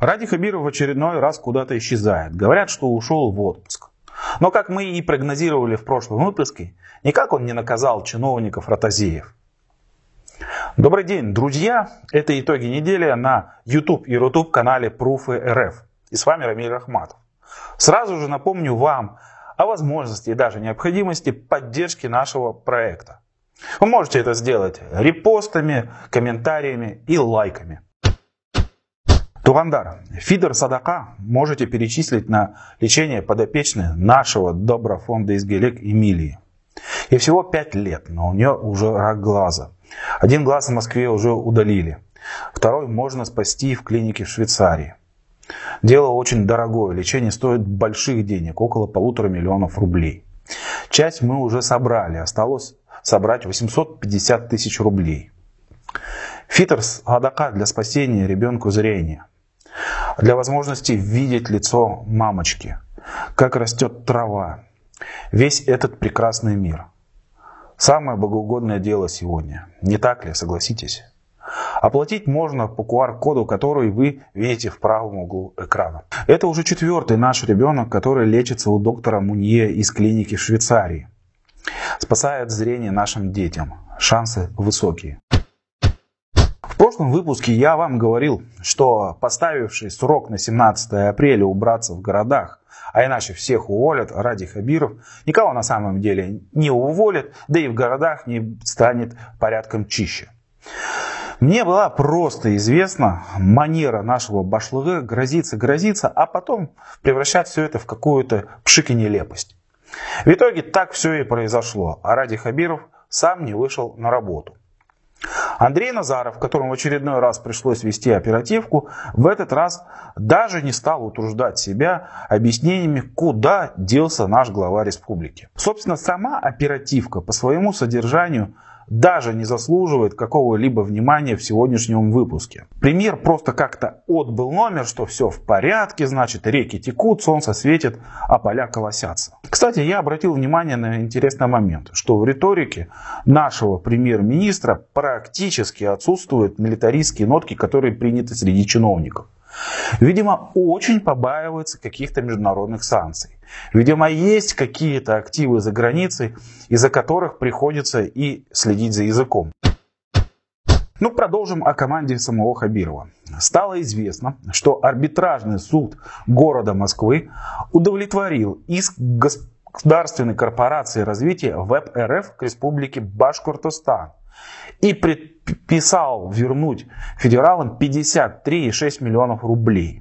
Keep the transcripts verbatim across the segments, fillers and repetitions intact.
Ради Хабиров в очередной раз куда-то исчезает. Говорят, что ушел в отпуск. Но как мы и прогнозировали в прошлом выпуске, никак он не наказал чиновников ротозеев. Добрый день, друзья! Это итоги недели на YouTube и Рутуб канале Пруфы РФ. И с вами Рамиль Ахматов. Сразу же напомню вам о возможности и даже необходимости поддержки нашего проекта. Вы можете это сделать репостами, комментариями и лайками. Тугандар, фидер садака можете перечислить на лечение подопечной нашего доброфонда Изгелек Эмилии. Ей всего пять лет, но у нее уже рак глаза. Один глаз в Москве уже удалили. Второй можно спасти в клинике в Швейцарии. Дело очень дорогое, лечение стоит больших денег, около полутора миллионов рублей. Часть мы уже собрали, осталось собрать восемьсот пятьдесят тысяч рублей. Фидер садака для спасения ребенку зрения. Для возможности видеть лицо мамочки, как растет трава, весь этот прекрасный мир. Самое богоугодное дело сегодня, не так ли, согласитесь? Оплатить можно по ку ар коду, который вы видите в правом углу экрана. Это уже четвертый наш ребенок, который лечится у доктора Мунье из клиники в Швейцарии. Спасает зрение нашим детям. Шансы высокие. В прошлом выпуске я вам говорил, что поставивший срок на семнадцатое апреля убраться в городах, а иначе всех уволят ради Хабиров, никого на самом деле не уволят, да и в городах не станет порядком чище. Мне была просто известна манера нашего башлыгы грозиться-грозиться, а потом превращать все это в какую-то пшики-нелепость. В итоге так все и произошло, а ради Хабиров сам не вышел на работу. Андрей Назаров, которому в очередной раз пришлось вести оперативку, в этот раз даже не стал утруждать себя объяснениями, куда делся наш глава республики. Собственно, сама оперативка по своему содержанию даже не заслуживает какого-либо внимания в сегодняшнем выпуске. Премьер просто как-то отбыл номер, что все в порядке, значит, реки текут, солнце светит, а поля колосятся. Кстати, я обратил внимание на интересный момент, что в риторике нашего премьер-министра практически отсутствуют милитаристские нотки, которые приняты среди чиновников. Видимо, очень побаивается каких-то международных санкций. Видимо, есть какие-то активы за границей, из-за которых приходится и следить за языком. Ну, продолжим о команде самого Хабирова. Стало известно, что арбитражный суд города Москвы удовлетворил иск государственной корпорации развития Веб РФ к республике Башкортостан и предписал вернуть федералам пятьдесят три целых шесть десятых миллионов рублей.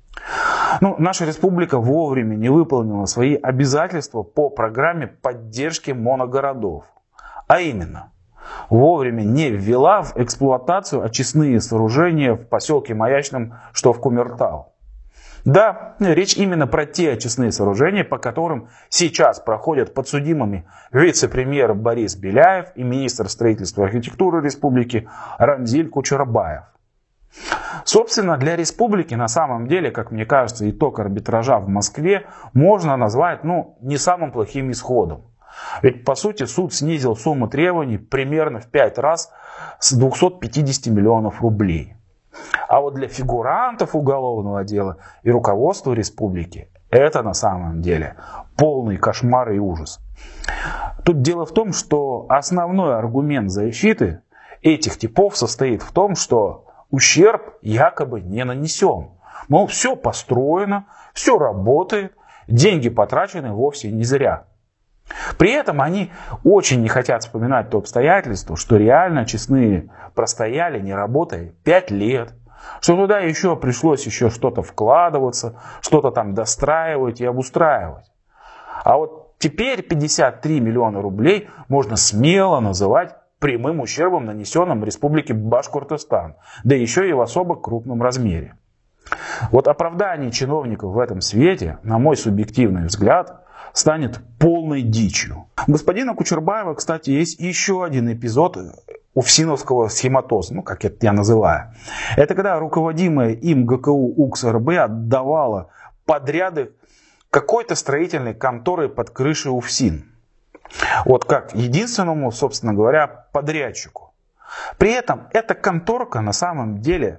Ну, наша республика вовремя не выполнила свои обязательства по программе поддержки моногородов. А именно, вовремя не ввела в эксплуатацию очистные сооружения в поселке Маячном, что в Кумертау. Да, речь именно про те очистные сооружения, по которым сейчас проходят подсудимыми вице-премьер Борис Беляев и министр строительства и архитектуры республики Рамзиль Кучербаев. Собственно, для республики на самом деле, как мне кажется, итог арбитража в Москве можно назвать ну, не самым плохим исходом. Ведь по сути суд снизил сумму требований примерно в пять раз с двухсот пятидесяти миллионов рублей. А вот для фигурантов уголовного дела и руководства республики это на самом деле полный кошмар и ужас. Тут дело в том, что основной аргумент защиты этих типов состоит в том, что ущерб якобы не нанесен. Мол, все построено, все работает, деньги потрачены вовсе не зря. При этом они очень не хотят вспоминать то обстоятельство, что реально очистные простояли, не работая, пять лет. Что туда еще пришлось еще что-то вкладываться, что-то там достраивать и обустраивать. А вот теперь пятьдесят три миллиона рублей можно смело называть прямым ущербом, нанесенным республике Башкортостан, да еще и в особо крупном размере. Вот оправдание чиновников в этом свете, на мой субъективный взгляд, станет полной дичью. У господина Кучербаева, кстати, есть еще один эпизод уфсиновского схематоза, ну как это я называю. Это когда руководимая им ГКУ УКС-РБ отдавала подряды какой-то строительной конторы под крышей Уфсин. Вот как единственному, собственно говоря, подрядчику. При этом эта конторка на самом деле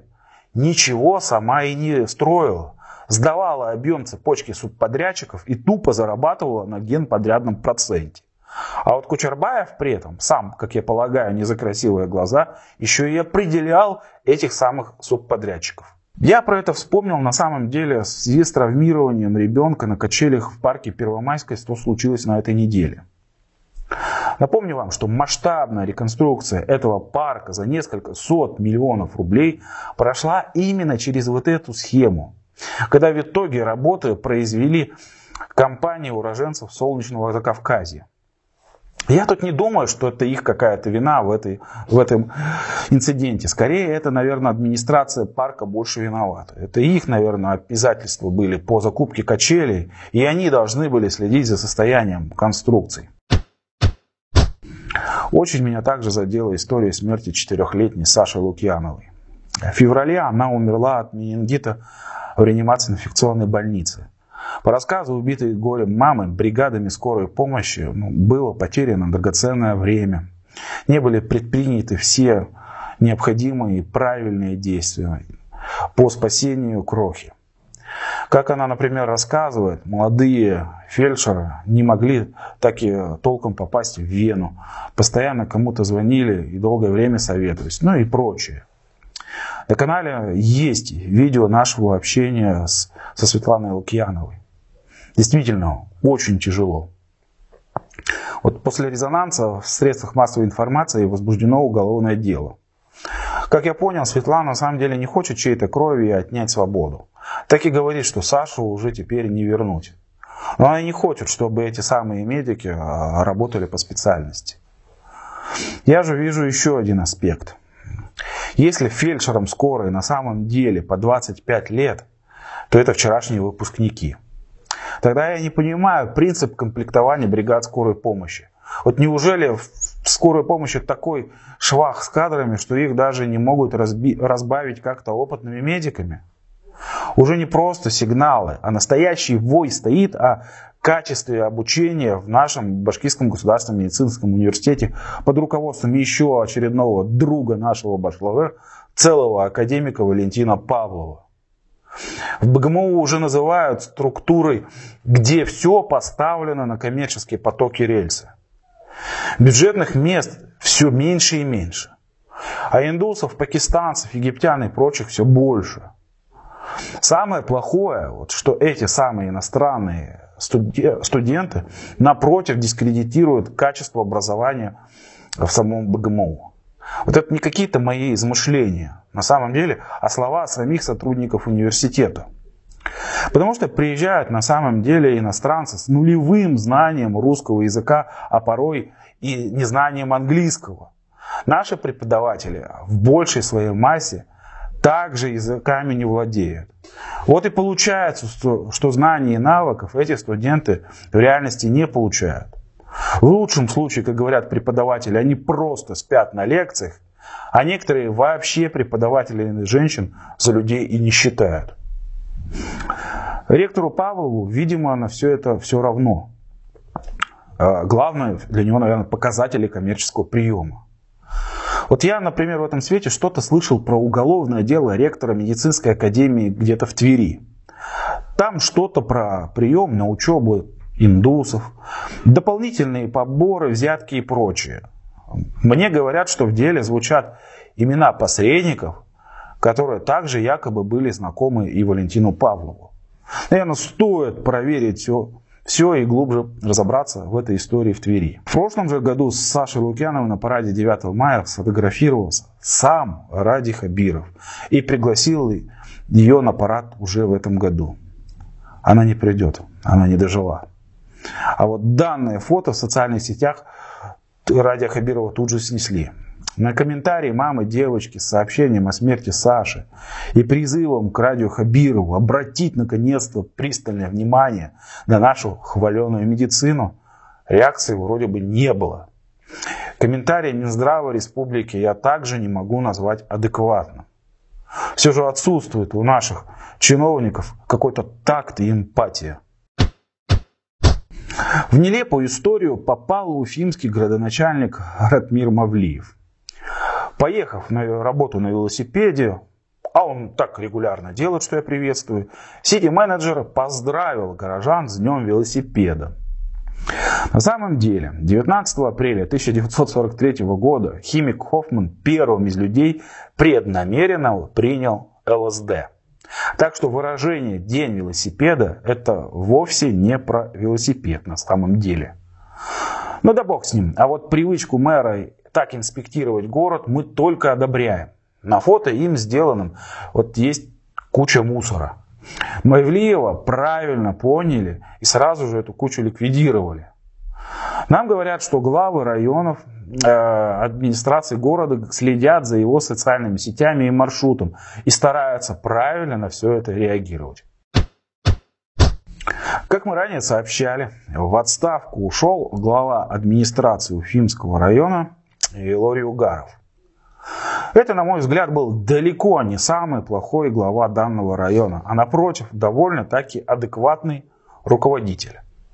ничего сама и не строила. Сдавала объем цепочки субподрядчиков и тупо зарабатывала на генподрядном проценте. А вот Кучербаев при этом, сам, как я полагаю, не за красивые глаза, еще и определял этих самых субподрядчиков. Я про это вспомнил на самом деле в связи с травмированием ребенка на качелях в парке Первомайской, что случилось на этой неделе. Напомню вам, что масштабная реконструкция этого парка за несколько сот миллионов рублей прошла именно через вот эту схему, когда в итоге работы произвели компании уроженцев Солнечного Закавказья. Я тут не думаю, что это их какая-то вина в, этой, в этом инциденте. Скорее, это, наверное, администрация парка больше виновата. Это их, наверное, обязательства были по закупке качелей, и они должны были следить за состоянием конструкций. Очень меня также задела история смерти четырехлетней Саши Лукьяновой. В феврале она умерла от менингита в реанимации инфекционной больницы. По рассказу убитой горем мамы, бригадами скорой помощи ну, было потеряно драгоценное время. Не были предприняты все необходимые и правильные действия по спасению крохи. Как она, например, рассказывает, молодые фельдшеры не могли так и толком попасть в вену. Постоянно кому-то звонили и долгое время советовались, ну и прочее. На канале есть видео нашего общения с, со Светланой Лукьяновой. Действительно, очень тяжело. Вот после резонанса в средствах массовой информации возбуждено уголовное дело. Как я понял, Светлана на самом деле не хочет чьей-то крови и отнять свободу. Так и говорит, что Сашу уже теперь не вернуть. Но она не хочет, чтобы эти самые медики работали по специальности. Я же вижу еще один аспект. Если фельдшерам скорой на самом деле по двадцать пять лет, то это вчерашние выпускники. Тогда я не понимаю принцип комплектования бригад скорой помощи. Вот неужели в скорой помощи такой швах с кадрами, что их даже не могут разби- разбавить как-то опытными медиками? Уже не просто сигналы, а настоящий вой стоит о качестве обучения в нашем Башкирском государственном медицинском университете под руководством еще очередного друга нашего башлага, целого академика Валентина Павлова. В БГМУ уже называют структурой, где все поставлено на коммерческие потоки рельсы. Бюджетных мест все меньше и меньше. А индусов, пакистанцев, египтян и прочих все больше. Самое плохое, вот, что эти самые иностранные студенты, напротив, дискредитируют качество образования в самом БГМУ. Вот это не какие-то мои измышления, на самом деле, а слова самих сотрудников университета. Потому что приезжают на самом деле иностранцы с нулевым знанием русского языка, а порой и незнанием английского. Наши преподаватели в большей своей массе также языками не владеют. Вот и получается, что, что знаний и навыков эти студенты в реальности не получают. В лучшем случае, как говорят преподаватели, они просто спят на лекциях, а некоторые вообще преподаватели женщин за людей и не считают. Ректору Павлову, видимо, на все это все равно. Главное для него, наверное, показатели коммерческого приема. Вот я, например, в этом свете что-то слышал про уголовное дело ректора медицинской академии где-то в Твери. Там что-то про прием на учебу индусов, дополнительные поборы, взятки и прочее. Мне говорят, что в деле звучат имена посредников, которые также якобы были знакомы и Валентину Павлову. Наверное, стоит проверить все, все и глубже разобраться в этой истории в Твери. В прошлом же году с Сашей Лукьяновой на параде девятого мая сфотографировался сам Ради Хабиров и пригласил ее на парад уже в этом году. Она не придет, она не дожила. А вот данное фото в социальных сетях Радия Хабирова тут же снесли. На комментарии мамы девочки с сообщением о смерти Саши и призывом к Радию Хабирову обратить наконец-то пристальное внимание на нашу хваленую медицину, реакции вроде бы не было. Комментарий Минздрава Республики я также не могу назвать адекватным. Все же отсутствует у наших чиновников какой-то такт и эмпатия. В нелепую историю попал уфимский градоначальник Ратмир Мавлиев. Поехав на работу на велосипеде, А он так регулярно делает, что я приветствую. Сити-менеджер поздравил горожан с Днем велосипеда. На самом деле, девятнадцатого апреля тысяча девятьсот сорок третьего года химик Хоффман первым из людей преднамеренно принял эл эс дэ. Так что выражение «День велосипеда» это вовсе не про велосипед на самом деле. Ну да бог с ним. А вот привычку мэра так инспектировать город мы только одобряем. На фото им сделанном вот есть куча мусора. Мавлиева правильно поняли и сразу же эту кучу ликвидировали. Нам говорят, что главы районов, э, администрации города следят за его социальными сетями и маршрутом и стараются правильно на все это реагировать. Как мы ранее сообщали, в отставку ушел глава администрации Уфимского района Илорий Угаров. Это, на мой взгляд, был далеко не самый плохой глава данного района, а напротив, довольно-таки адекватный руководитель.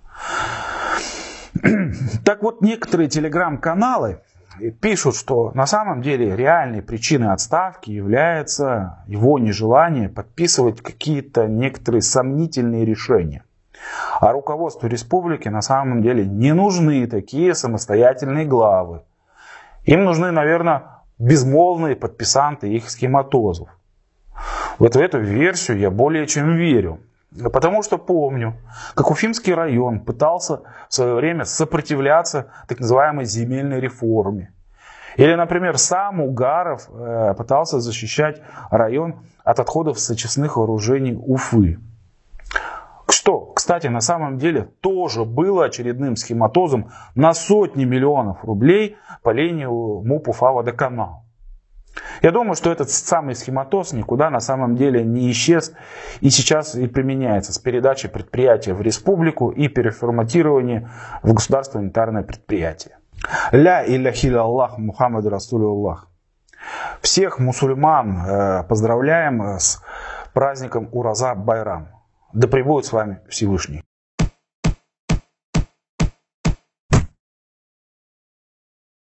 Так вот, некоторые телеграм-каналы пишут, что на самом деле реальной причиной отставки является его нежелание подписывать какие-то некоторые сомнительные решения. А руководству республики на самом деле не нужны такие самостоятельные главы. Им нужны, наверное, безмолвные подписанты их схематозов. Вот в эту версию я более чем верю. Потому что помню, как Уфимский район пытался в свое время сопротивляться так называемой земельной реформе. Или, например, сам Угаров пытался защищать район от отходов сочисных вооружений Уфы. Что, кстати, на самом деле тоже было очередным схематозом на сотни миллионов рублей по линии МУП Уфа-Водоканал. Я думаю, что этот самый схематоз никуда на самом деле не исчез и сейчас и применяется с передачей предприятия в республику и переформатированием в государственное унитарное предприятие. Ля илляхи Аллах Мухаммад Расулюллах. Всех мусульман поздравляем с праздником Ураза Байрам. Да пребудет с вами Всевышний.